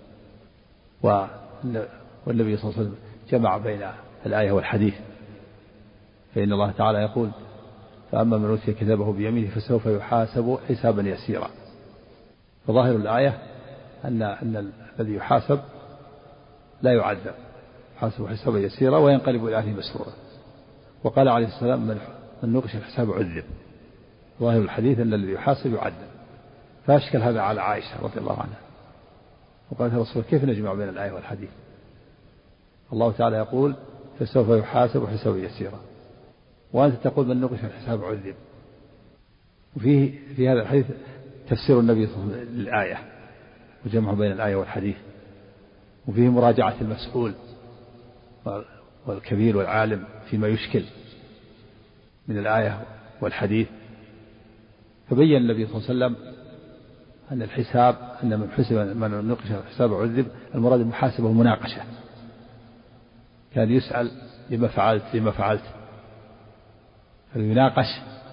والنبي صلى الله عليه وسلم جمع بين الآية والحديث. فإن الله تعالى يقول: فأما من أوتي كتابه بيمينه فسوف يحاسب حسابا يسيرا. فظاهر الآية أن الذي يحاسب لا يعذب، يحاسب حسابا يسيرا وينقلب إلى أهله مسرورا. وقال عليه السلام: من نوقش الحساب عذب. ظاهر الحديث أن الذي يحاسب يعذب. فأشكل هذا على عائشة رضي الله عنها، وقالت: يا رسول الله، كيف نجمع بين الآية والحديث؟ الله تعالى يقول: فسوف يحاسب حسابا يسيرا، وأنت تقول: من نوقش الحساب عذب. وفيه في هذا الحديث تفسير النبي صلى الله عليه وسلم للآية وجمع بين الآية والحديث. وفيه مراجعة المسؤول والكبير والعالم فيما يشكل من الآية والحديث. فبين النبي صلى الله عليه وسلم أن الحساب، أن من نقش الحساب عذب، المراد المحاسبة والمناقشة. كان يسأل: لما فعلت، فيناقش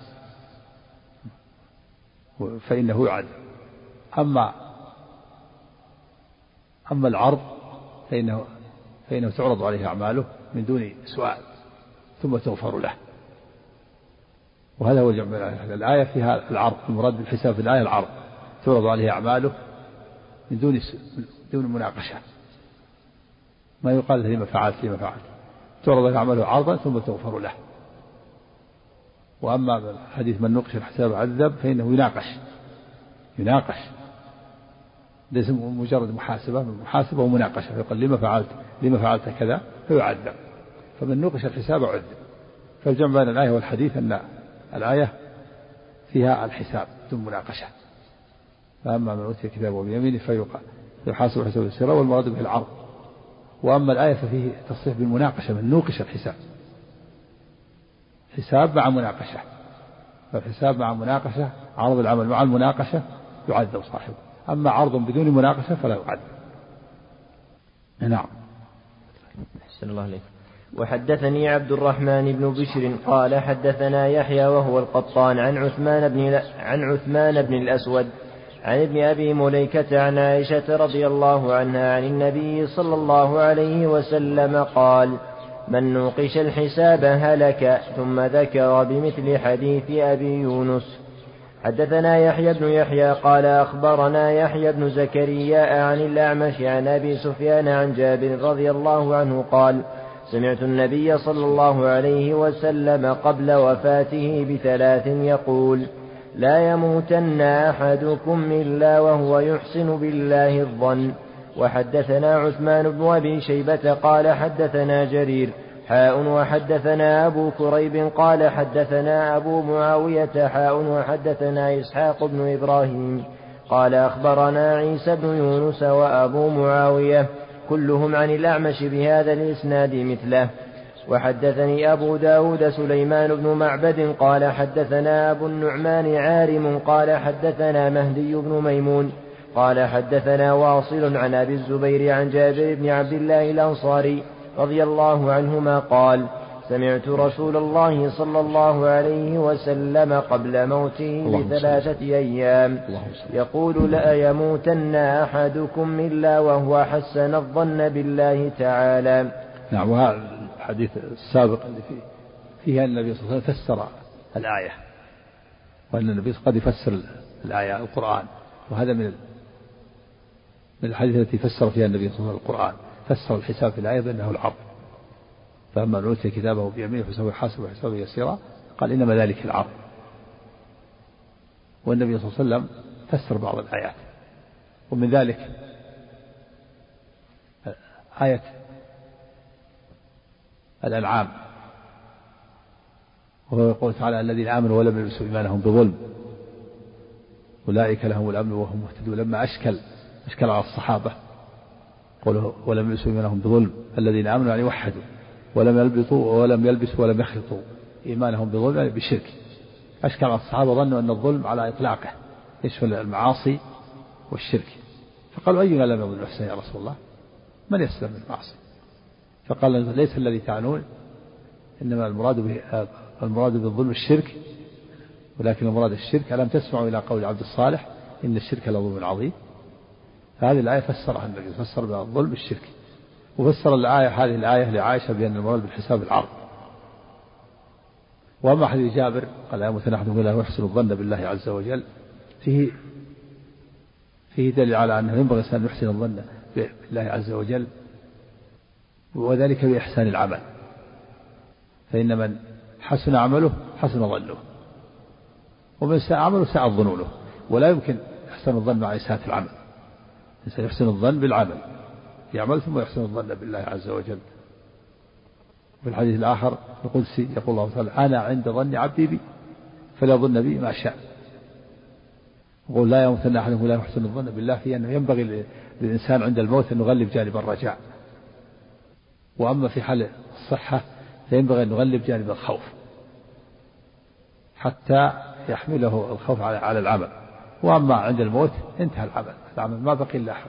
فإنه يعذب. أما العرض فإنه تعرض عليه أعماله من دون سؤال ثم تغفر له. وهذا هو الجمع بين الآية فيها العرض، المراد بالحساب في الآية العرض، تعرض عليه أعماله من دون مناقشة. ما يقال: لما فعلت، تعرض عليه أعماله عرضا ثم تغفر له. وأما حديث من نقش الحساب عذب فإنه يناقش، ليس مجرد محاسبة ومناقشة. يقول: لما فعلت كذا، فيعذب. فمن نقش الحساب عذب. فالجمع بين الآية والحديث أن الآية فيها الحساب دون مناقشة. فأما من أوتي كتابه بيمينه فيحاسب حسابا يسيرا، والمراد به العرض. وأما الآية ففيه تصريح بالمناقشة، من نوقش الحساب، حساب مع مناقشة. فالحساب مع مناقشة، عرض العمل مع المناقشة، يعذب صاحبه. أما عرض بدون مناقشة فلا يعذب. نعم. أحسن الله عليك. وحدثني عبد الرحمن بن بشر قال حدثنا يحيى وهو القطان عن عثمان بن الأسود عن ابن أبي مليكة عن عائشة رضي الله عنها عن النبي صلى الله عليه وسلم قال: من نوقش الحساب هلك. ثم ذكر بمثل حديث أبي يونس. حدثنا يحيى بن يحيى قال أخبرنا يحيى بن زكريا عن الأعمش عن أبي سفيان عن جابر رضي الله عنه قال: سمعت النبي صلى الله عليه وسلم قبل وفاته ب3 يقول: لا يموتن أحدكم إلا وهو يحسن بالله الظن. وحدثنا عثمان بن أبي شيبة قال حدثنا جرير وحدثنا أبو كريب قال حدثنا أبو معاوية وحدثنا إسحاق بن إبراهيم قال أخبرنا عيسى بن يونس وأبو معاوية كلهم عن الأعمش بهذا الإسناد مثله. وحدثني أبو داود سليمان بن معبد قال حدثنا أبو النعمان عارم قال حدثنا مهدي بن ميمون قال حدثنا واصل عن أبي الزبير عن جابر بن عبد الله الأنصاري رضي الله عنهما قال: سمعت رسول الله صلى الله عليه وسلم قبل موته ب3 أيام يقول: لا يموتن أحدكم إلا وهو حسن الظن بالله تعالى. نعم. وهذا الحديث السابق اللي فيه أن النبي صلى الله عليه وسلم فسر الآية، وأن النبي قد يفسر الآية القرآن، وهذا من الحديث التي فسر فيها النبي صلى الله عليه وسلم القرآن. فسر الحساب في الآية بأنه العرض، فأما من أوتي كتابه بيمينه فسوف يحاسب حسابا يسيرا قال إنما ذلك العرض. والنبي صلى الله عليه وسلم فسر بعض الآيات، ومن ذلك آية الأنعام، وهو يقول تعالى: الذين آمنوا ولم يلبسوا إيمانهم بظلم أولئك لهم الأمن وهم مهتدون. لما أشكل على الصحابة قوله ولم يلبسوا إيمانهم بظلم، الذين آمنوا يعني وحدوا، ولم يلبسوا ولم يخلطوا إيمانهم بظلم يعني بشرك. أشكل على الصحابة ظنوا أن الظلم على إطلاقه يشمل المعاصي والشرك، فقالوا: أينا لم يظلم نفسه يا رسول الله؟ من يسلم من المعاصي؟ فقال: ليس الذي تعنون، إنما المراد بالظلم الشرك، ولكن المراد الشرك ألم تسمعوا إلى قول عبد الصالح إن الشرك لظلم عظيم. هذه الآية فسرها النبي، فسر بالظلم الشرك، وفسر هذه الآية لعائشة بأن المراد بالحساب العرض. وأما حديث جابر قال: لا يموتن أحدكم إلا يحسن الظن بالله عز وجل، فيه دليل على أنه ينبغي الإنسان أن يحسن الظن بالله عز وجل، وذلك بإحسان العمل، فإن من حسن عمله حسن ظنه، ومن ساء عمله ساء ظنونه. ولا يمكن يحسن الظن مع إساءة العمل. الإنسان يحسن الظن بالعمل، يعمل ثم يحسن الظن بالله عز وجل. في الحديث الآخر القدسي يقول الله تعالى: أنا عند ظن عبدي بي فليظن بي ما شاء. يقول: لا يموتن أحدكم لا يحسن الظن بالله، في أنه ينبغي للإنسان عند الموت أن يغلب جانب الرجاء، وأما في حال الصحة فينبغي أن نغلب جانب الخوف حتى يحمله الخوف على العمل. وأما عند الموت انتهى العمل ما بقي إلا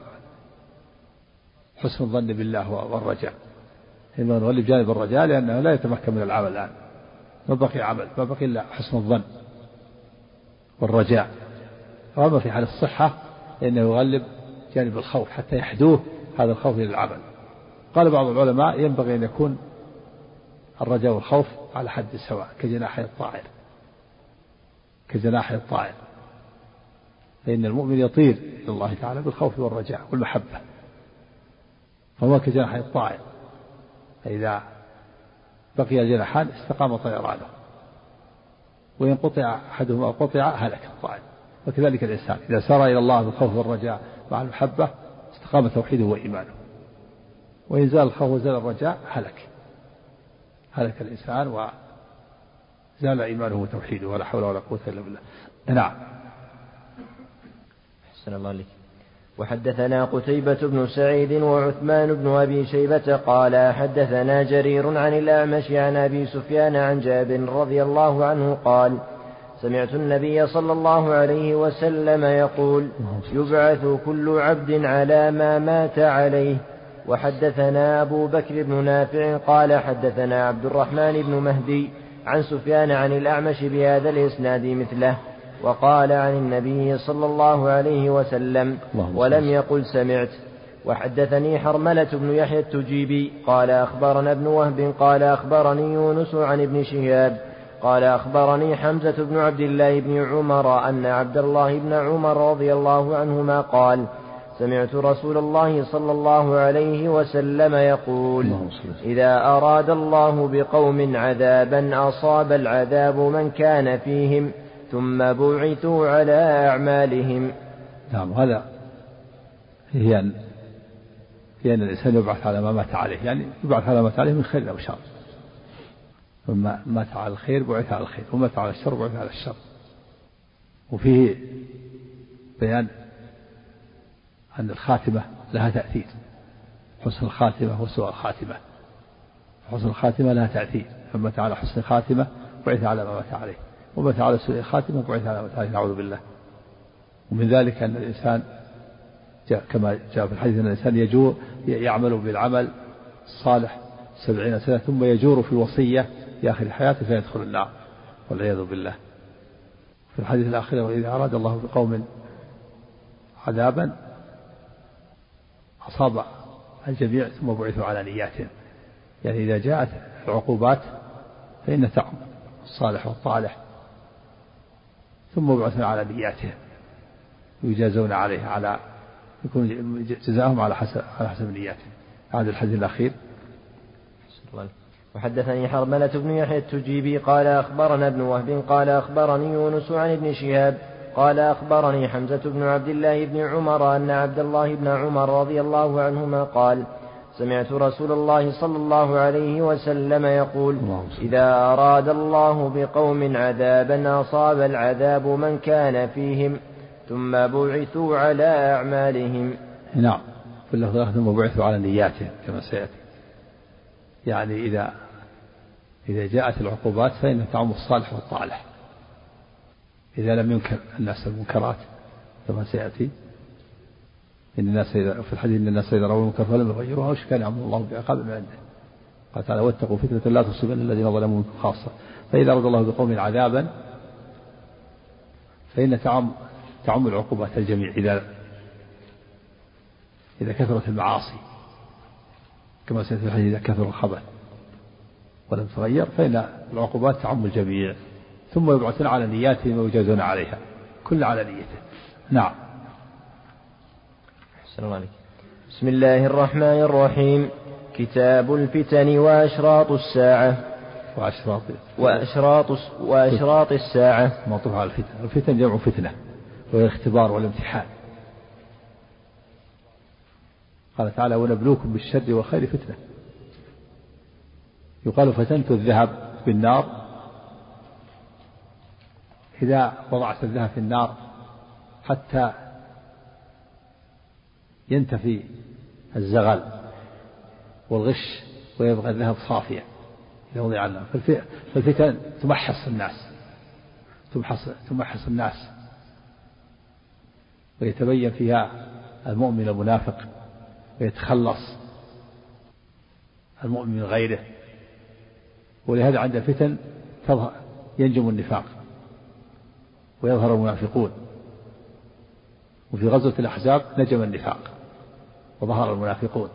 حسن الظن بالله والرجاء. إنما نغلب جانب الرجاء لأنه لا يتمكن من العمل الآن، ما بقي إلا حسن الظن والرجاء. وأما في حال الصحة إنه يغلب جانب الخوف حتى يحدوه هذا الخوف إلى العمل. قال بعض العلماء: ينبغي أن يكون الرجاء والخوف على حد سواء كجناحي الطائر، فإن المؤمن يطير إلى الله تعالى بالخوف والرجاء والمحبة، فهو كجناحي الطائر، فإذا بقي الجناحان استقام طيرانه، وإن قطع أحدهما أو قطع هلك الطائر. وكذلك الإنسان إذا سار إلى الله بالخوف والرجاء مع المحبة استقام توحيده وإيمانه، وإن زال الخوف وزال الرجاء هلك الإنسان وزال إيمانه وتوحيده، ولا حول ولا قوة إلا بالله. نعم. أحسن الله عليك. وحدثنا قتيبة بن سعيد وعثمان بن أبي شيبة قال حدثنا جرير عن الأعمش عن أبي سفيان عن جابر رضي الله عنه قال: سمعت النبي صلى الله عليه وسلم يقول: يبعث كل عبد على ما مات عليه. وحدثنا أبو بكر بن نافع قال حدثنا عبد الرحمن بن مهدي عن سفيان عن الأعمش بهذا الإسناد مثله، وقال عن النبي صلى الله عليه وسلم ولم يقل سمعت. وحدثني حرملة بن يحيى التجيبي قال أخبرنا ابن وهب قال أخبرني يونس عن ابن شهاب قال أخبرني حمزة بن عبد الله بن عمر أن عبد الله بن عمر رضي الله عنهما قال: سمعت رسول الله صلى الله عليه وسلم يقول: إذا أراد الله بقوم عذابا أصاب العذاب من كان فيهم ثم بعثوا على أعمالهم. نعم، هذا هي أن الإنسان يبعث على ما مات عليه، يعني يبعث على ما مات عليه من خير أو شر، وما مات على الخير بعث على الخير، ومات على الشر بعث على الشر. وفيه بيان أن الخاتمة لها تأثير، حسن الخاتمة وسوء الخاتمة. حسن الخاتمة لها تأثير، فمات على حسن الخاتمة بعث على ما مات عليه، ومات على سوء الخاتمة بعث على ما مات عليه، نعوذ بالله. ومن ذلك أن الإنسان كما جاء في الحديث أن الإنسان يجور يعمل بالعمل الصالح 70 سنة ثم يجور في الوصية في آخر حياته فيدخل النار والعياذ بالله. في الحديث الآخر: وإذا أراد الله بقوم عذابا أصاب الجميع ثم بعثوا على نياتهم. يعني إذا جاءت العقوبات فإن تعم الصالح والطالح ثم بعثوا على نياتهم يجازون عليه، على يكون جزاؤهم على حسب نياتهم. هذا الحديث الأخير. وحدثني حرملة بن يحيى التجيبي قال أخبرنا ابن وهب قال أخبرني يونس عن ابن شهاب قال أخبرني حمزة بن عبد الله بن عمر أن عبد الله بن عمر رضي الله عنهما قال: سمعت رسول الله صلى الله عليه وسلم يقول: إذا أراد الله بقوم عذابا أصاب العذاب من كان فيهم ثم بعثوا على أعمالهم. نعم، في اللفظ ثم بعثوا على نياتهم كما سيأتي. يعني إذا جاءت العقوبات فإنها تعم الصالح والطالح. إذا لم ينكر الناس المنكرات كما سيأتي، إن الناس في الحديث إن الناس إذا رأوا المنكر فلم يغيروها وشكان يعمل الله بعقاب من عنده. قال تعالى: واتقوا فتنة لا تصيبن الذين ظلموا منكم خاصة. فإذا أراد الله بقوم عذابا فإن تعم العقوبات الجميع إذا كثرت المعاصي كما سيأتي في الحديث: إذا كثر الخبث ولم تغير فإن العقوبات تعم الجميع ثم يبعثون على نياتهم ويجازون عليها، كل على نيته. نعم. أحسن الله عليك. بسم الله الرحمن الرحيم. كتاب الفتن وأشراط الساعة. وأشراط الساعة. معطوف على الفتن. الفتن جمع فتنة وهي الاختبار والامتحان. قال تعالى: ونبلوكم بالشر والخير فتنة. يقال: فتنت الذهب بالنار. إذا وضعت الذهب في النار حتى ينتفي الزغل والغش ويبقى الذهب صافيا إذا وضع النار. فالفتن تمحص الناس ويتبين فيها المؤمن المنافق ويتخلص المؤمن من غيره. ولهذا عند الفتن ينجم النفاق ويظهر المنافقون. وفي غزوة الأحزاب نجم النفاق وظهر المنافقون.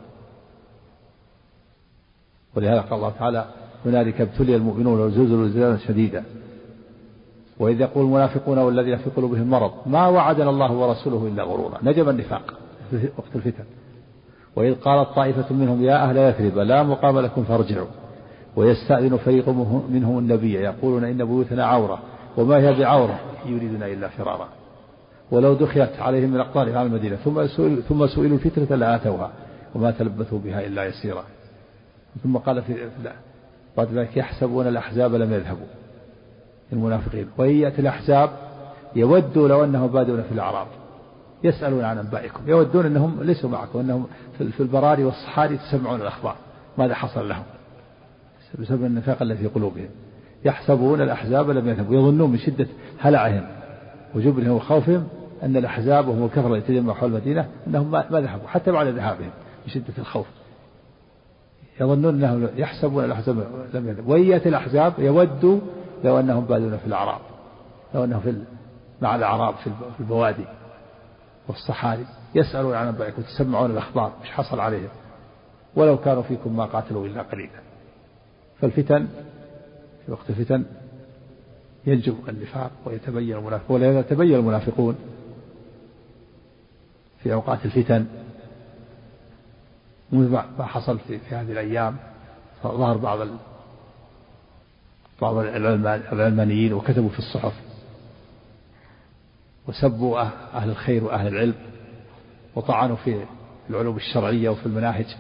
ولهذا قال الله تعالى: هنالك ابتلي المؤمنون وزلزلوا زلزالا شديدا وإذ يقول المنافقون والذين في قلوبهم مرض ما وعدنا الله ورسوله إلا غرورا. نجم النفاق في وقت الفتن. وإذ قالت طائفة منهم يا أهل يثرب لا مقام لكم فارجعوا ويستأذن فريق منهم النبي يقولون إن بيوتنا عورة وما هي بعورة يريدون إلا فرارا ولو دخلت عليهم من أقطارها على المدينة ثم سئلوا الفتنة لآتوها وما تلبثوا بها إلا يسيرا. ثم قال في بعد ذلك: يحسبون الأحزاب لم يذهبوا، المنافقين، وإن يأتي الأحزاب يودوا لو أنهم بادون في الأعراب يسألون عن أنبائكم، يودون أنهم ليسوا معكم، أنهم في البراري والصحاري تسمعون الأخبار ماذا حصل لهم بسبب النفاق الذي في قلوبهم. يحسبون الأحزاب لم يذهبوا، يظنون من شدة هلعهم وجبنهم وخوفهم أن الأحزاب وهم الكفر يتجمعوا حول المدينة أنهم ما ذهبوا حتى بعد ذهابهم من شدة الخوف. يظنون أنهم يحسبون الأحزاب لم يذهبوا، وإن يأتي الأحزاب يودوا لو أنهم بادون في الأعراب، لو أنهم مع الأعراب في البوادي والصحاري يسألون عن أنبائكم تسمعون الأخبار مش حصل عليهم ولو كانوا فيكم ما قاتلوا إلا قليلا. فالفتن في وقت الفتن ينجم النفاق ويتبين المنافقون. ولهذا تبين المنافقون في أوقات الفتن، مثل ما حصل في هذه الأيام. ظهر بعض العلمانيين وكتبوا في الصحف وسبوا أهل الخير وأهل العلم وطعنوا في العلوم الشرعية وفي المناهج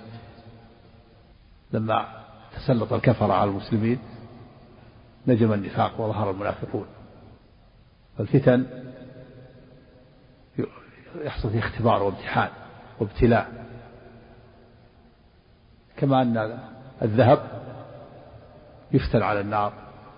لما تسلط الكفرة على المسلمين نجم النفاق وظهر المنافقون. فالفتن يحصل فيه اختبار وامتحان وابتلاء، كما أن الذهب يفتن على النار.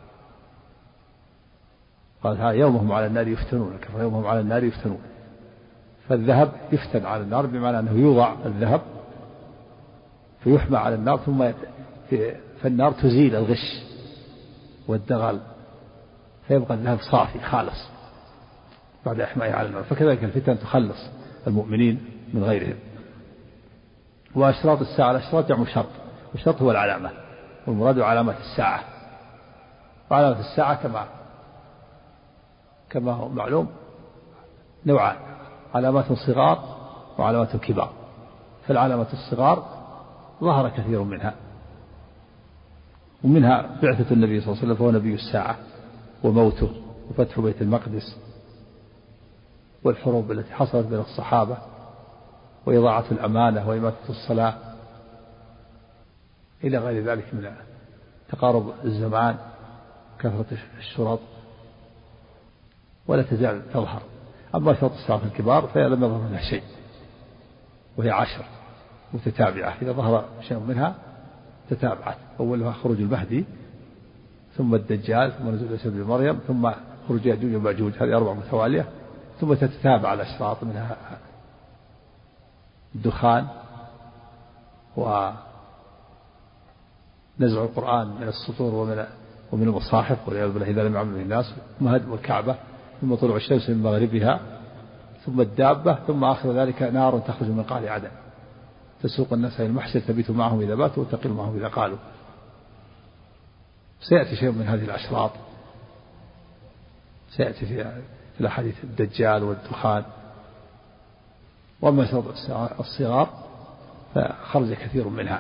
قال ها يومهم على النار يفتنون، الكفر يومهم على النار يفتنون. فالذهب يفتن على النار بمعنى أنه يوضع الذهب فيحمى على النار، ثم فالنار تزيل الغش والدغل فيبقى الذهب صافي خالص بعد إحمائه على النار. فكذلك الفتن تخلص المؤمنين من غيرهم. وأشراط الساعة، الأشراط جمع شرط، والشرط هو العلامة، والمراد علامة الساعة. وعلامة الساعة كما هو معلوم نوعان: علامات صغار وعلامات كبار. فالعلامة الصغار ظهر كثير منها، ومنها بعثة النبي صلى الله عليه وسلم فهو نبي الساعة، وموته، وفتح بيت المقدس، والحروب التي حصلت بين الصحابة، وإضاعة الأمانة، وإماتة الصلاة، إلى غير ذلك من تقارب الزمان، كثرة الشرط، ولا تزال تظهر. أما شرط الساعة الكبار فهي لم يظهر منها شيء، وهي 10 متتابعة. إذا ظهر شيء منها تتابعت، أولها خروج المهدي، ثم الدجال، ثم نزول عيسى بن مريم، ثم خروج يأجوج ومأجوج، هذه 4 متوالية، ثم تتتابع الأشراط، منها الدخان، ونزع القرآن من السطور ومن المصاحف والعياذ بالله إذا لم يعمل به الناس، ثم هدم الكعبة، ثم طلوع الشمس من مغربها، ثم الدابة، ثم آخر ذلك نار تخرج من قعر عدن تسوق الناس إلى المحشر تبيت معهم إذا باتوا وتقل معهم إذا قالوا. سيأتي شيء من هذه الأشراط، سيأتي في الأحاديث الدجال والدخان. وأما شرط الصغار فخرج كثير منها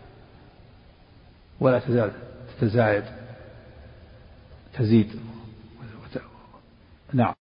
ولا تزال تتزايد تزيد. نعم.